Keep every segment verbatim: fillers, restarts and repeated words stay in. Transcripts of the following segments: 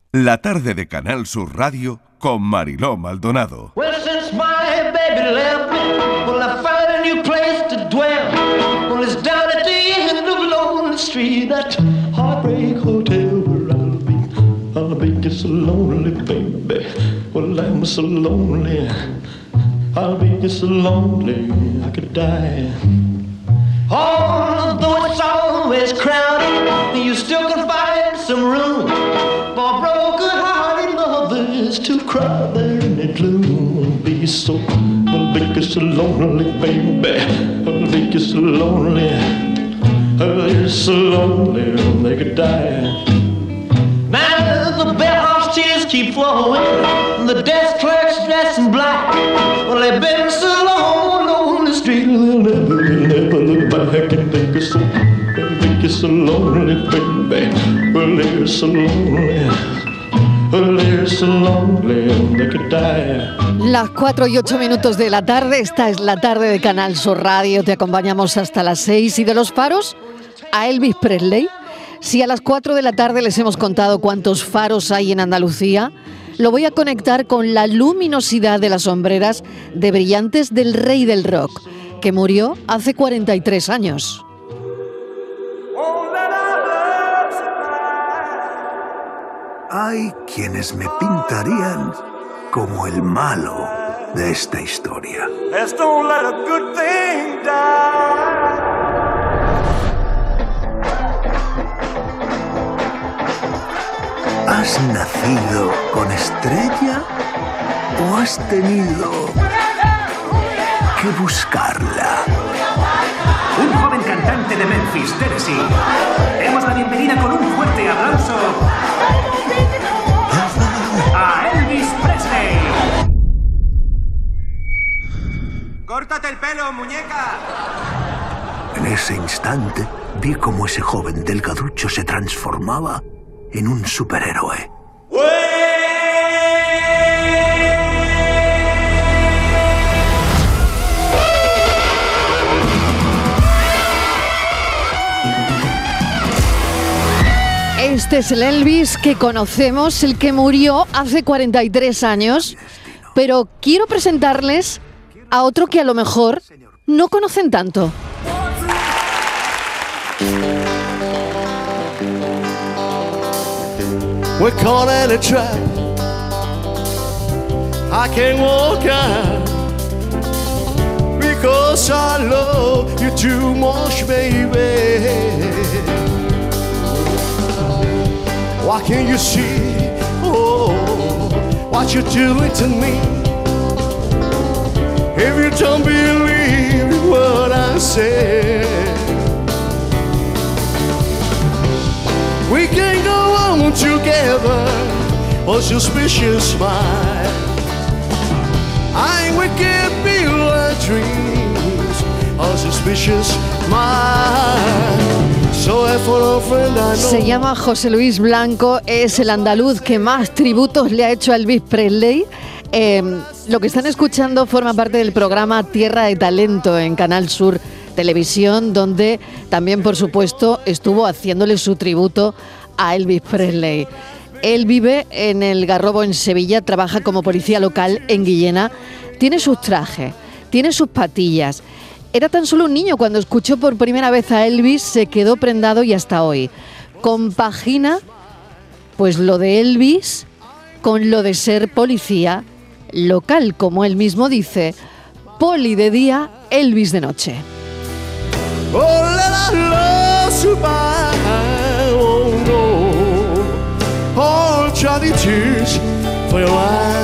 La tarde de Canal Sur Radio con Mariló Maldonado. Well, since my baby left me, well, I found a new place to dwell. Well, it's down at the end of Lonely Street, that Heartbreak Hotel where I'll be. I'll be just so lonely, baby. Well, I'm so lonely. I'll be just so lonely, I could die. Although it's always crowded, you still can find some room for broken-hearted lovers to cry there in the gloom. Be so, I'll be just so lonely, baby. I'll be just so lonely. I'll be just so lonely, they could die. Now the bellhop's tears keep flowing, the desk clerk's dressed in black. Well, they've been so long on the street, they'll never, they'll never look back and think it's so, think it's so lonely, baby. Well, they're so lonely, well, they're so lonely, they could die. Las cuatro y ocho minutos de la tarde, esta es la tarde de Canal Sur Radio, te acompañamos hasta las seis. Y de los faros a Elvis Presley. Si a las cuatro de la tarde les hemos contado cuántos faros hay en Andalucía, lo voy a conectar con la luminosidad de las sombreras de brillantes del rey del rock, que murió hace cuarenta y tres años. Hay quienes me pintarían como el malo de esta historia. ¿Has nacido con estrella o has tenido que buscarla? Un joven cantante de Memphis, Tennessee. Demos la bienvenida con un fuerte aplauso a Elvis Presley. ¡Córtate el pelo, muñeca! En ese instante vi cómo ese joven delgaducho se transformaba en un superhéroe. Este es el Elvis que conocemos, el que murió hace cuarenta y tres años, pero quiero presentarles a otro que a lo mejor no conocen tanto. We're caught in a trap. I can't walk out because I love you too much, baby. Why can't you see, oh, what you're doing to me? If you don't believe what I say, we can go on together, a suspicious smile. I we can build our dreams, a suspicious smile. So for a friend I know. Se llama José Luis Blanco, es el andaluz que más tributos le ha hecho a Elvis Presley. Eh, lo que están escuchando forma parte del programa Tierra de Talento en Canal Sur Televisión, donde también, por supuesto, estuvo haciéndole su tributo a Elvis Presley. Él vive en el Garrobo, en Sevilla, trabaja como policía local en Guillena, tiene sus trajes, tiene sus patillas. Era tan solo un niño cuando escuchó por primera vez a Elvis, se quedó prendado y hasta hoy compagina pues lo de Elvis con lo de ser policía local, como él mismo dice, poli de día, Elvis de noche. Oh, let our love survive, oh no, all Johnny tears for your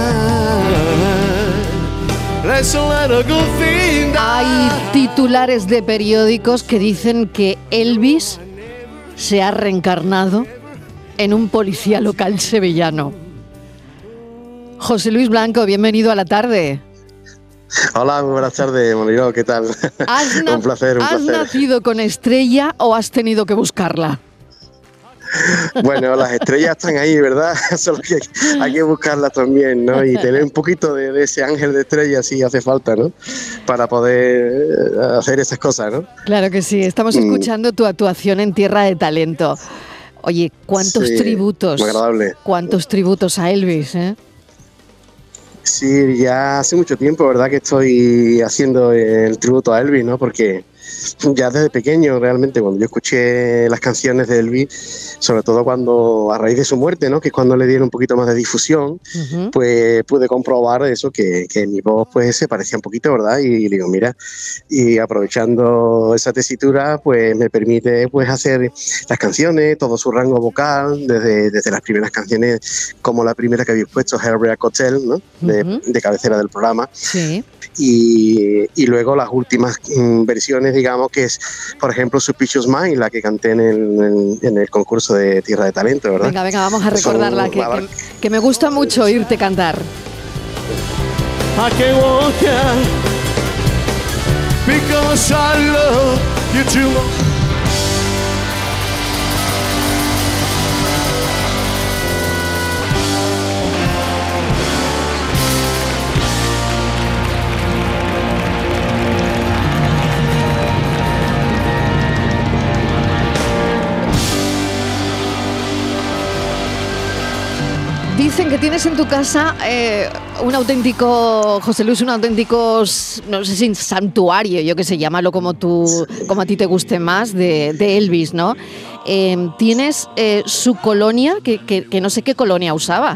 eyes. Let's let a good thing die. Hay titulares de periódicos que dicen que Elvis se ha reencarnado en un policía local sevillano. José Luis Blanco, bienvenido a la tarde. Hola, muy buenas tardes, Mariló, ¿qué tal? ¿Has na- un placer, un ¿Has placer. nacido con estrella o has tenido que buscarla? Bueno, las estrellas están ahí, ¿verdad? Solo que hay que buscarlas también, ¿no? Y tener un poquito de, de ese ángel de estrellas sí hace falta, ¿no? Para poder hacer esas cosas, ¿no? Claro que sí, estamos escuchando tu actuación en Tierra de Talento. Oye, ¿cuántos Sí, tributos? muy agradable. ¿Cuántos tributos a Elvis, eh? Sí, ya hace mucho tiempo, ¿verdad?, que estoy haciendo el tributo a Elvis, ¿no? Porque ya desde pequeño, realmente, cuando yo escuché las canciones de Elvis, sobre todo cuando a raíz de su muerte, ¿no?, que es cuando le dieron un poquito más de difusión, Uh-huh. pues pude comprobar eso, que, que mi voz pues se parecía un poquito, ¿verdad? Y digo, mira, y aprovechando esa tesitura, pues me permite pues hacer las canciones, todo su rango vocal, desde, desde las primeras canciones, como la primera que habéis puesto, Heartbreak Hotel, ¿no?, de, Uh-huh. de cabecera del programa. Sí. Y, y luego las últimas mm, versiones, digamos, que es, por ejemplo, Suspicious Mind, la que canté en el, en, en el concurso de Tierra de Talento, ¿verdad? Venga, venga, vamos a recordarla, Son- que, que, que me gusta mucho oírte cantar. I can't walk out because I love you too much. Dicen que tienes en tu casa eh, un auténtico, José Luis, un auténtico, s- no sé si santuario, yo qué sé, llámalo como tú, como a ti te guste más, de, de Elvis, ¿no? Eh, tienes eh, su colonia, que, que, que no sé qué colonia usaba.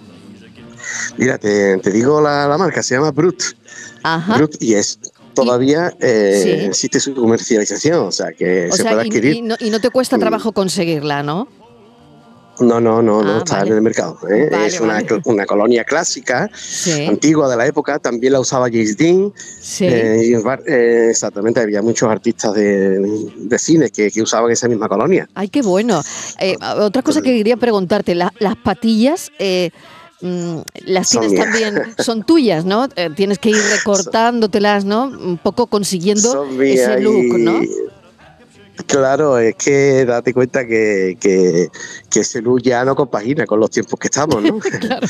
Mira, te, te digo la, la marca, se llama Brut. Ajá. Brut y es todavía eh, Sí. existe su comercialización, o sea que O se sea, puede y, adquirir. y no, y no te cuesta Mm. trabajo conseguirla, ¿no? No, no, no, no Ah, está vale. en el mercado. ¿eh? Vale, es una, vale. cl- una colonia clásica, Sí. antigua de la época, también la usaba James Dean. Sí. eh, y var- eh, exactamente, había muchos artistas de, de cine que, que usaban esa misma colonia. Ay, qué bueno. Eh, otra cosa que quería preguntarte, la- las patillas, eh, mm, las Son tienes mías. también, son tuyas, ¿no? Eh, tienes que ir recortándotelas, ¿no? Un poco consiguiendo Son mías ese look, ¿no? y- Claro, es que date cuenta que, que, que ese look ya no compagina con los tiempos que estamos, ¿no? Claro.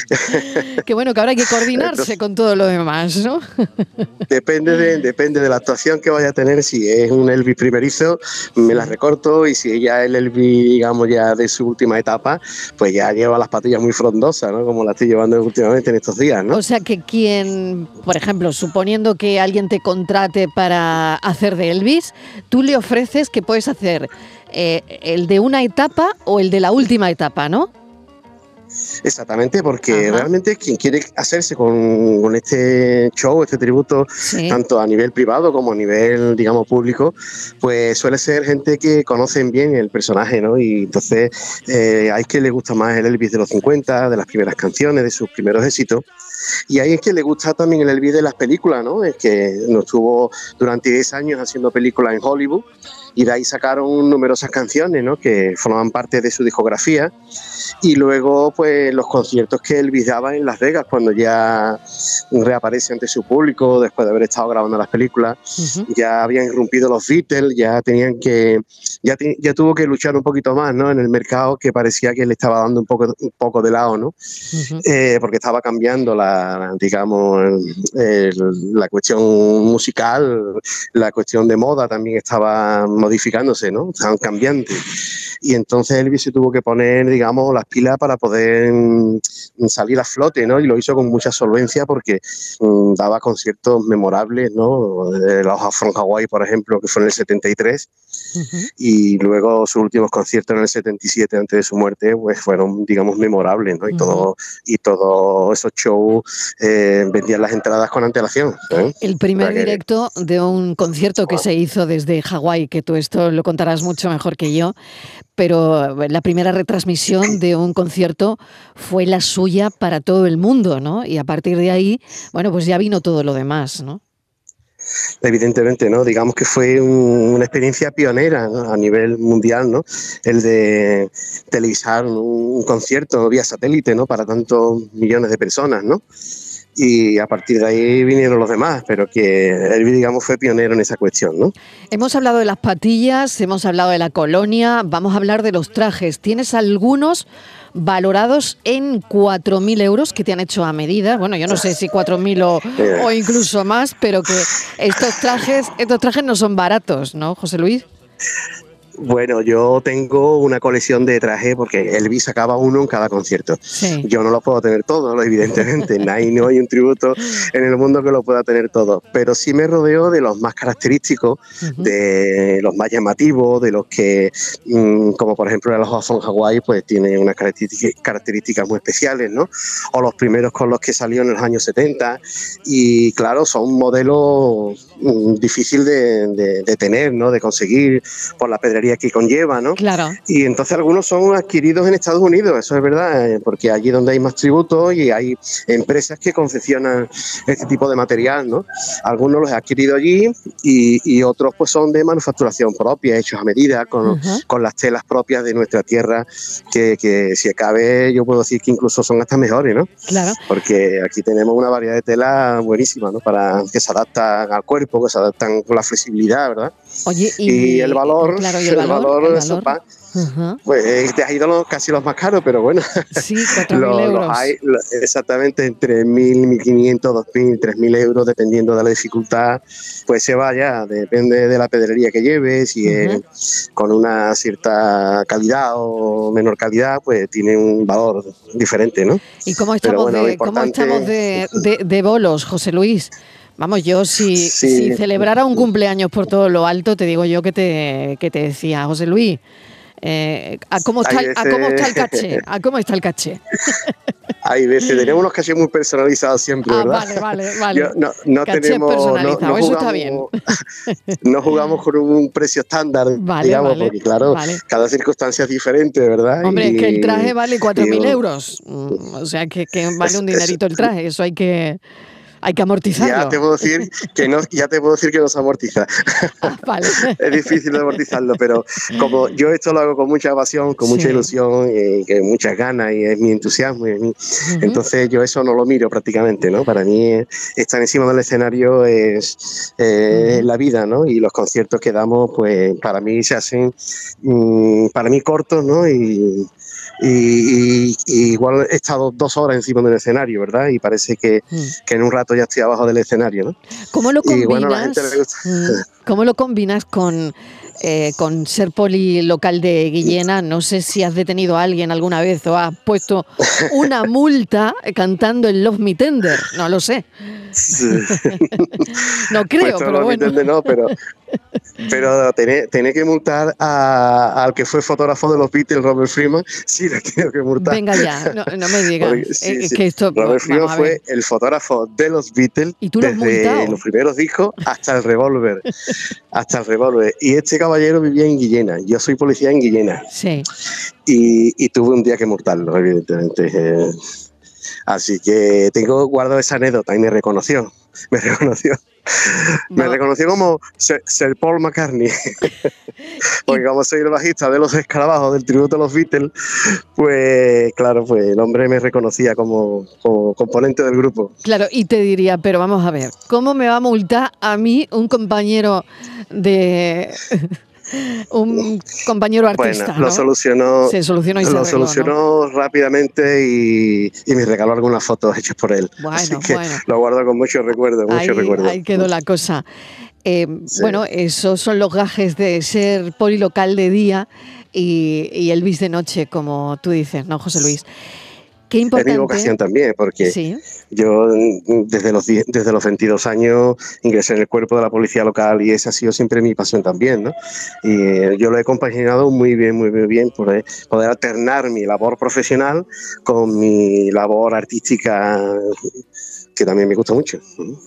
Qué bueno que ahora hay que coordinarse Entonces- con todo lo demás, ¿no? Depende de, depende de la actuación que vaya a tener. Si es un Elvis primerizo, me la recorto, y si ella es el Elvis, digamos, ya de su última etapa, pues ya lleva las patillas muy frondosas, ¿no? Como la estoy llevando últimamente en estos días, ¿no? O sea que quien, por ejemplo, suponiendo que alguien te contrate para hacer de Elvis, tú le ofreces que puedes hacer eh, el de una etapa o el de la última etapa, ¿no? Exactamente, porque Ajá. realmente quien quiere hacerse con, con este show, este tributo, Sí. tanto a nivel privado como a nivel, digamos, público, pues suele ser gente que conocen bien el personaje, ¿no? Y entonces eh, hay que le gusta más el Elvis de los cincuenta, de las primeras canciones, de sus primeros éxitos. Y ahí es que le gusta también el Elvis de las películas, ¿no? Es que nos estuvo durante diez años haciendo películas en Hollywood, y de ahí sacaron numerosas canciones, ¿no?, que formaban parte de su discografía. Y luego, pues, los conciertos que Elvis daba en Las Vegas, cuando ya reaparece ante su público, después de haber estado grabando las películas. Ujú. Ya habían irrumpido los Beatles, ya tenían que, ya, te- ya tuvo que luchar un poquito más, ¿no?, en el mercado, que parecía que le estaba dando un poco, un poco de lado, ¿no? Ujú. Eh, porque estaba cambiando la, digamos, el- la cuestión musical, la cuestión de moda también estaba modificándose, ¿no? Estaban cambiando. Y entonces Elvis se tuvo que poner, digamos, las pilas para poder mm, salir a flote, ¿no? Y lo hizo con mucha solvencia, porque mm, daba conciertos memorables, ¿no? De la hoja from Hawaii, por ejemplo, que fue en el setenta y tres, Ujú. y luego sus últimos conciertos en el setenta y siete, antes de su muerte, pues fueron, digamos, memorables, ¿no? Y Ujú. todo, y todos esos shows eh, vendían las entradas con antelación, ¿eh? El O primer sea que- directo de un concierto que Wow. se hizo desde Hawái, que tú esto lo contarás mucho mejor que yo, pero la primera retransmisión de un concierto fue la suya para todo el mundo, ¿no? Y a partir de ahí, bueno, pues ya vino todo lo demás, ¿no? Evidentemente, ¿no? Digamos que fue un- una experiencia pionera, ¿no?, a nivel mundial, ¿no? El de televisar un, un concierto vía satélite, ¿no?, para tantos millones de personas, ¿no? Y a partir de ahí vinieron los demás, pero que Elvis, digamos, fue pionero en esa cuestión, ¿no? Hemos hablado de las patillas, hemos hablado de la colonia, vamos a hablar de los trajes. Tienes algunos valorados en cuatro mil euros que te han hecho a medida. Bueno, yo no sé si cuatro mil o, o incluso más, pero que estos trajes, estos trajes no son baratos, ¿no, José Luis? Bueno, yo tengo una colección de trajes porque Elvis sacaba uno en cada concierto. Sí. Yo no lo puedo tener todo, evidentemente. Ahí no hay un tributo en el mundo que lo pueda tener todo. Pero sí me rodeo de los más característicos, uh-huh. de los más llamativos, de los que, mmm, como por ejemplo el Hoja von Hawái, pues tiene unas características, características muy especiales, ¿no? O los primeros con los que salió en los años setenta. Y claro, son modelos mmm, difíciles de, de, de tener, ¿no? De conseguir por la pedrería que conlleva, ¿no? Claro. Y entonces algunos son adquiridos en Estados Unidos, eso es verdad, porque allí donde hay más tributos y hay empresas que confeccionan este tipo de material, ¿no? Algunos los he adquirido allí y, y otros pues son de manufacturación propia, hechos a medida, con, uh-huh. con las telas propias de nuestra tierra, que, que si cabe yo puedo decir que incluso son hasta mejores, ¿no? Claro. Porque aquí tenemos una variedad de telas buenísima, ¿no? Para que se adaptan al cuerpo, que se adaptan con la flexibilidad, ¿verdad? Oye, y, y el valor, claro, y el valor, el valor, el valor. Eso, pa, uh-huh. pues te has ido los, casi los más caros, pero bueno. Sí, cuatro mil euros. Los hay, lo, exactamente, entre mil, mil quinientos, dos mil, tres mil euros, dependiendo de la dificultad, pues se vaya, depende de la pedrería que lleves, si uh-huh. es con una cierta calidad o menor calidad, pues tiene un valor diferente, ¿no? ¿Y cómo estamos, bueno, de, importante... ¿cómo estamos de, de, de bolos, José Luis? Vamos, yo si, sí. si celebrara un cumpleaños por todo lo alto, te digo yo que te, que te decía, José Luis, eh, ¿a, cómo está, veces... ¿a cómo está el caché? ¿A cómo está el caché? Hay veces, tenemos unos cachés muy personalizados siempre, ah, ¿verdad? Vale, vale, vale. Yo, no, no Cachés tenemos, personalizados, no, no eso jugamos, está bien. No jugamos con un precio estándar, vale, digamos, vale, porque claro, vale. cada circunstancia es diferente, ¿verdad? Hombre, y, es que el traje vale cuatro mil y, euros, o sea que, que vale un dinerito el traje, eso hay que... Hay que amortizarlo. Ya te puedo decir que no, ya te puedo decir que no se amortiza. Ah, vale. Es difícil de amortizarlo, pero como yo esto lo hago con mucha pasión, con sí. mucha ilusión, y que muchas ganas y es mi entusiasmo, y es mi, uh-huh. entonces yo eso no lo miro prácticamente, ¿no? Para mí estar encima del escenario es eh, uh-huh. la vida, ¿no? Y los conciertos que damos, pues para mí se hacen, um, para mí cortos, ¿no? Y Y, y, y igual he estado dos horas encima del escenario, ¿verdad? Y parece que, mm. que en un rato ya estoy abajo del escenario, ¿no? ¿Cómo lo combinas? Y bueno, a la gente le gusta. ¿Cómo lo combinas con, eh, con ser polilocal de Guillena? No sé si has detenido a alguien alguna vez o has puesto una multa cantando en Love Me Tender. No lo sé. Sí. No creo, pues pero bueno. Tender no, pero... Pero tener, tener que multar a, al que fue fotógrafo de los Beatles, Robert Freeman, sí le he tenido que multar. Venga ya, no, no me digas. Porque, sí, es sí. que esto, Robert Freeman fue el fotógrafo de los Beatles desde los primeros discos hasta el revólver. hasta el revólver. Y este caballero vivía en Guillena. Yo soy policía en Guillena. Sí. Y, y tuve un día que multarlo, evidentemente. Eh, así que tengo guardado esa anécdota y me reconoció. Me reconoció. Me no. reconoció como Sir, Sir Paul McCartney. Porque como soy el bajista de los Escarabajos del tributo a los Beatles, pues claro, pues el hombre me reconocía como, como componente del grupo. Claro, y te diría, pero vamos a ver, ¿cómo me va a multar a mí un compañero de... un compañero artista? Bueno, lo ¿no? solucionó, se solucionó y se lo arregló, solucionó ¿no? rápidamente y, y me regaló algunas fotos hechas por él. Bueno, Así que bueno. lo guardo con mucho recuerdo, mucho ahí, recuerdo. Ahí quedó la cosa. Eh, sí. Bueno, esos son los gajes de ser polilocal de día y, y Elvis de noche, como tú dices, ¿no, José Luis? Qué importante. Es mi vocación también, porque sí. yo desde los, desde los veintidós años ingresé en el cuerpo de la policía local y esa ha sido siempre mi pasión también, ¿no? Y yo lo he compaginado muy bien, muy bien, bien poder, poder alternar mi labor profesional con mi labor artística, que también me gusta mucho.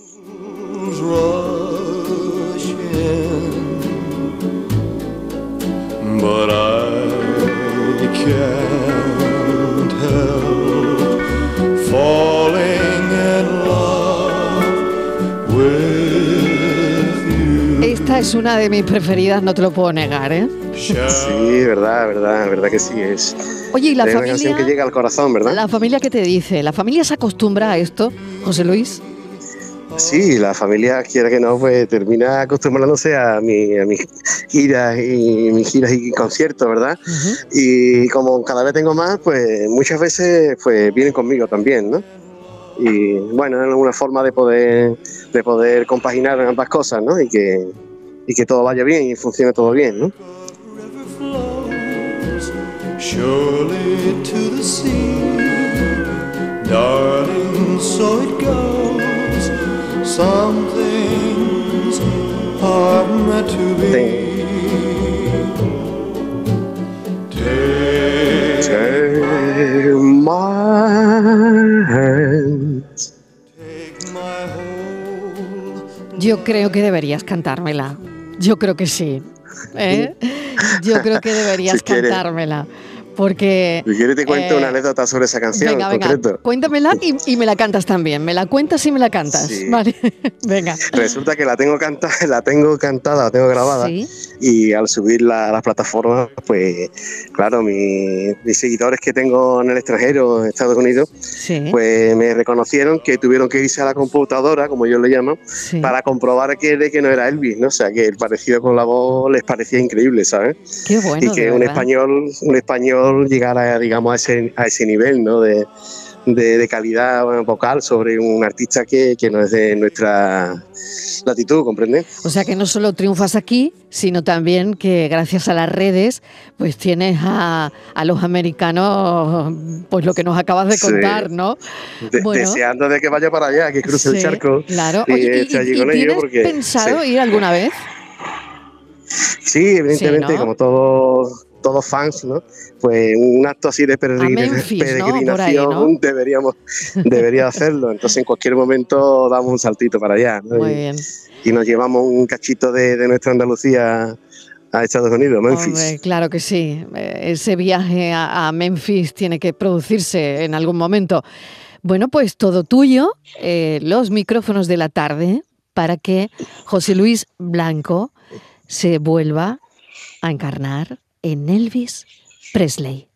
But I can't help falling in love with you. Esta es una de mis preferidas, no te lo puedo negar, ¿eh? Sí, verdad, verdad, verdad que sí es. Oye, y la es familia. Una canción que llega al corazón, ¿verdad? La familia, ¿qué te dice? ¿La familia se acostumbra a esto, José Luis? Sí, la familia, quiera que no, pues termina acostumbrándose a, mi, a mis giras y mis giras y conciertos, ¿verdad? Uh-huh. Y como cada vez tengo más, pues muchas veces pues vienen conmigo también, ¿no? Y bueno, es una forma de poder, de poder compaginar ambas cosas, ¿no? Y que, y que todo vaya bien y funcione todo bien, ¿no? surely to the sea. Darling, so it goes. Some things are meant to be. Take my hands. Yo creo que deberías cantármela. Yo creo que sí. ¿Eh? Yo creo que deberías Si quieres. cantármela. Porque. Si quieres te cuento eh, una anécdota sobre esa canción Venga, en venga, concreto. cuéntamela y, y me la cantas también. Me la cuentas y me la cantas. Sí. Vale, venga. Resulta que la tengo cantada, la tengo cantada, la tengo grabada. Sí. Y al subirla a las plataformas, pues claro, mi- mis seguidores que tengo en el extranjero, en Estados Unidos, Sí. pues me reconocieron que tuvieron que irse a la computadora, como yo le llamo, Sí. para comprobar que, de que no era Elvis, ¿no? O sea, que el parecido con la voz les parecía increíble, ¿sabes? Qué bueno. Y que de un verdad. español, un español llegara, digamos, a ese, a ese nivel, ¿no? De, de, de calidad vocal sobre un artista que, que no es de nuestra latitud, ¿comprendes? O sea que no solo triunfas aquí, sino también que gracias a las redes, pues tienes a, a los americanos, pues lo que nos acabas de Sí. contar, ¿no? De- Bueno. Deseando de que vaya para allá, que cruce Sí, el charco claro. y Oye, ¿y, esté allí y- y con ellos. tienes Porque, pensado sí. ir alguna vez? Sí, evidentemente, Sí, ¿no? como todos todos fans, ¿no? Pues un acto así de A peregrin- Memphis, ¿no? Por ahí, peregrinación ¿no? deberíamos debería hacerlo. Entonces, en cualquier momento damos un saltito para allá, ¿no? Muy y, bien. y nos llevamos un cachito de, de nuestra Andalucía a Estados Unidos, Memphis. Hombre, claro que sí. Eh, Ese viaje a, a Memphis tiene que producirse en algún momento. Bueno, pues todo tuyo, eh, los micrófonos de la tarde, para que José Luis Blanco se vuelva a encarnar en Elvis Presley.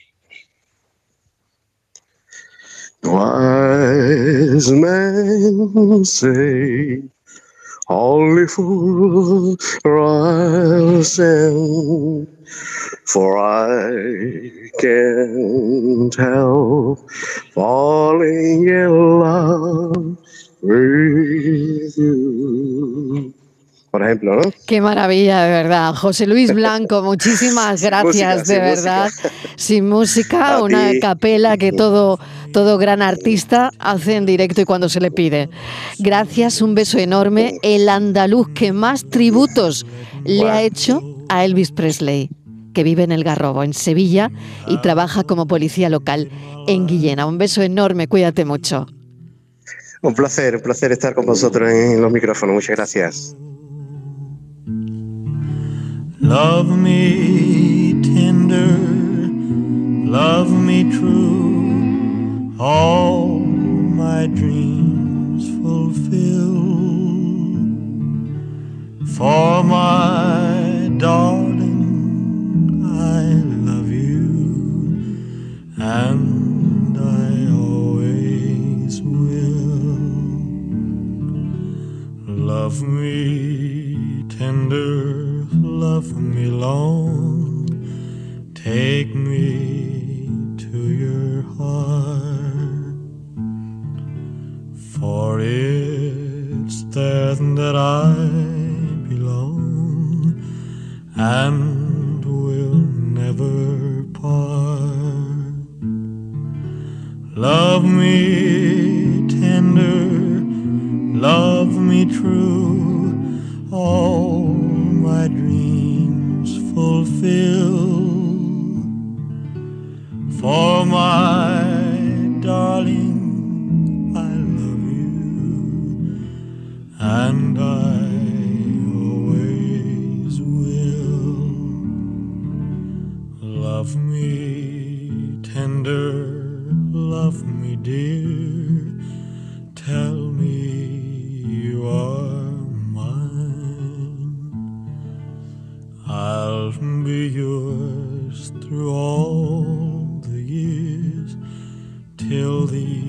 Wise men say only fools rise and for I can't help falling in love with you. Por ejemplo, ¿no? Qué maravilla, de verdad. José Luis Blanco, muchísimas Sin gracias, música, de sin verdad. música. Sin música, A una ti. capela que todo, todo gran artista hace en directo y cuando se le pide. Gracias, un beso enorme. El andaluz que más tributos le ha hecho a Elvis Presley, que vive en El Garrobo, en Sevilla, y trabaja como policía local en Guillena. Un beso enorme, cuídate mucho. Un placer, un placer estar con vosotros en los micrófonos. Muchas gracias. Love me tender, love me true, all my dreams fulfill. For my darling, I love you, and I always will. Love me tender, love me long, take me to your heart, for it's there that I belong and will never part. Love me tender, love me true, all my dreams fulfill. For my darling, I love you, and I always will. Love me tender, love me dear, tell me you are mine. I'll be yours through all the years till the